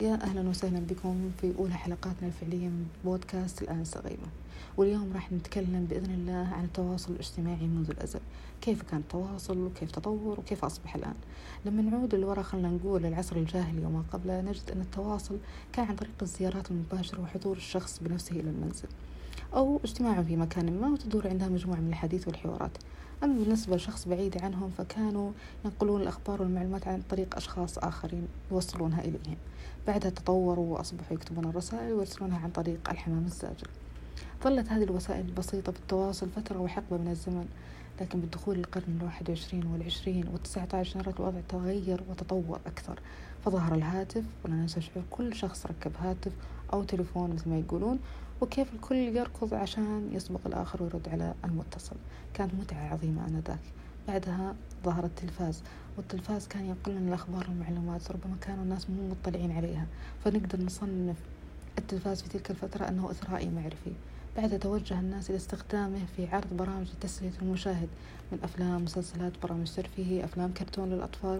يا أهلا وسهلا بكم في أولى حلقاتنا الفعلية من بودكاست الآنسة غيمة. واليوم راح نتكلم بإذن الله عن التواصل الاجتماعي منذ الأزل، كيف كان التواصل وكيف تطور وكيف أصبح الآن. لما نعود للوراء خلنا نقول العصر الجاهلي وما قبله، نجد أن التواصل كان عن طريق الزيارات المباشرة وحضور الشخص بنفسه إلى المنزل، أو اجتماع في مكان ما وتدور عندها مجموعة من الحديث والحوارات. أما بالنسبة لشخص بعيد عنهم فكانوا ينقلون الأخبار والمعلومات عن طريق أشخاص آخرين يوصلونها إليهم. بعدها تطوروا وأصبحوا يكتبون الرسائل ويرسلونها عن طريق الحمام الزاجل. ظلت هذه الوسائل البسيطة بالتواصل فترة وحقبة من الزمن، لكن بالدخول القرن 21 والعشرين و19 نرى الوضع تغير وتطور أكثر. فظهر الهاتف، ولا ننسى شعور كل شخص ركب هاتف أو تليفون مثل ما يقولون، وكيف الكل يركض عشان يسبق الآخر ويرد على المتصل. كانت متعة عظيمة آنذاك. بعدها ظهر التلفاز، والتلفاز كان ينقل لنا الأخبار والمعلومات، ربما كانوا الناس مو مطلعين عليها، فنقدر نصنف التلفاز في تلك الفترة أنه إثرائي معرفي. بعد توجه الناس إلى استخدامه في عرض برامج لتسلية المشاهد، من أفلام، مسلسلات، برامج ترفيهية، أفلام كرتون للأطفال.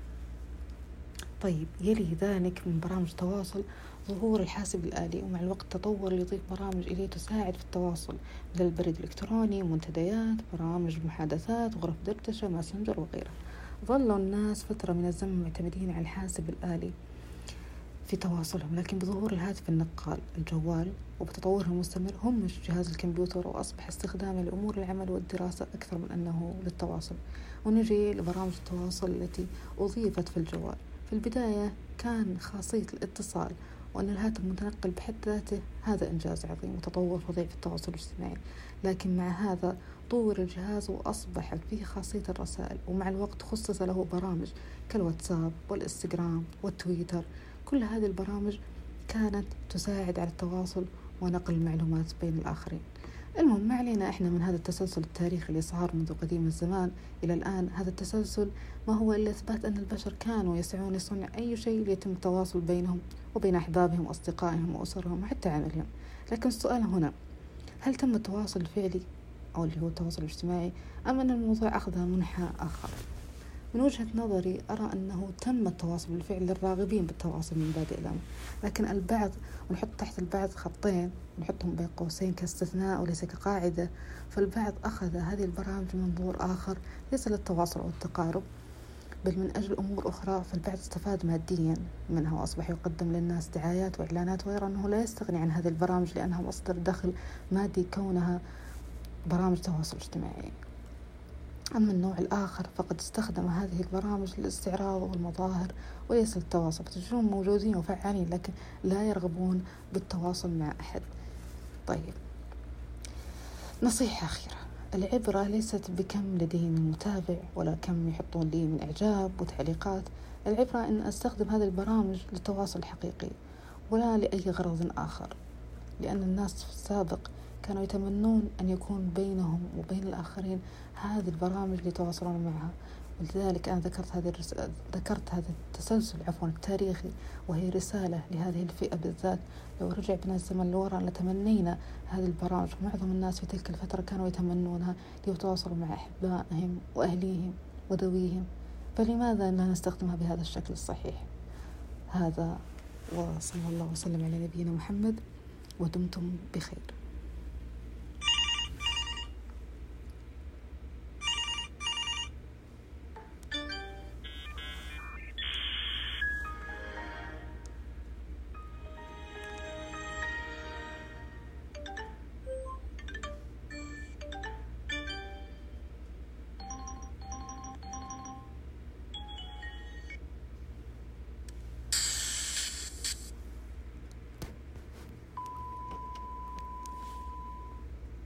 طيب، يلي ذلك من برامج تواصل ظهور الحاسب الآلي، ومع الوقت تطور ليضيف برامج إليه تساعد في التواصل مثل البريد الإلكتروني، منتديات، برامج محادثات، غرف دردشة، ماسنجر وغيرها. ظلوا الناس فترة من الزمن معتمدين على الحاسب الآلي في تواصلهم، لكن بظهور الهاتف النقال الجوال وبتطوره المستمر همش جهاز الكمبيوتر، وأصبح استخدامه لأمور العمل والدراسة أكثر من أنه للتواصل. ونجي لبرامج التواصل التي أضيفت في الجوال. في البداية كان خاصية الاتصال، وأن الهاتف متنقل بحد ذاته هذا إنجاز عظيم وتطور فظيع في التواصل الاجتماعي. لكن مع هذا طور الجهاز وأصبحت فيه خاصية الرسائل، ومع الوقت خصص له برامج كالواتساب والإنستغرام والتويتر. كل هذه البرامج كانت تساعد على التواصل ونقل المعلومات بين الآخرين. المهم، ما علينا إحنا من هذا التسلسل التاريخي اللي صار منذ قديم الزمان إلى الآن. هذا التسلسل ما هو إلا إثبات أن البشر كانوا يسعون لصنع أي شيء ليتم التواصل بينهم وبين أحبابهم وأصدقائهم وأسرهم وحتى عملهم. لكن السؤال هنا، هل تم التواصل الفعلي أو اللي هو التواصل الاجتماعي، أم أن الموضوع أخذ منحى آخر؟ من وجهة نظري أرى أنه تم التواصل بالفعل للراغبين بالتواصل من بادئ الأمر، لكن البعض، ونحط تحت البعض خطين ونحطهم بين قوسين كاستثناء وليس كقاعدة، فالبعض أخذ هذه البرامج من منظور آخر ليس للتواصل أو التقارب بل من أجل أمور أخرى. فالبعض استفاد ماديا منها وأصبح يقدم للناس دعايات وإعلانات، ويرى أنه لا يستغني عن هذه البرامج لأنها مصدر دخل مادي كونها برامج تواصل اجتماعي. أما النوع الآخر فقد استخدم هذه البرامج للاستعراض والمظاهر وليس للتواصل، فتجدون موجودين وفعالين لكن لا يرغبون بالتواصل مع أحد. طيب، نصيحة أخيرة، العبرة ليست بكم لديه من متابع ولا كم يحطون لي من إعجاب وتعليقات. العبرة أن أستخدم هذه البرامج للتواصل الحقيقي ولا لأي غرض آخر، لأن الناس في السابق كانوا يتمنون أن يكون بينهم وبين الآخرين هذه البرامج اللي يتواصلون معها. ولذلك أنا ذكرت هذا التسلسل التاريخي، وهي رسالة لهذه الفئة بالذات. لو رجع بنا الزمن لوراء لتمنينا هذه البرامج، ومعظم الناس في تلك الفترة كانوا يتمنونها ليتواصلوا مع أحبائهم وأهليهم وذويهم، فلماذا لا نستخدمها بهذا الشكل الصحيح؟ هذا، وصلى الله وسلم على نبينا محمد، ودمتم بخير.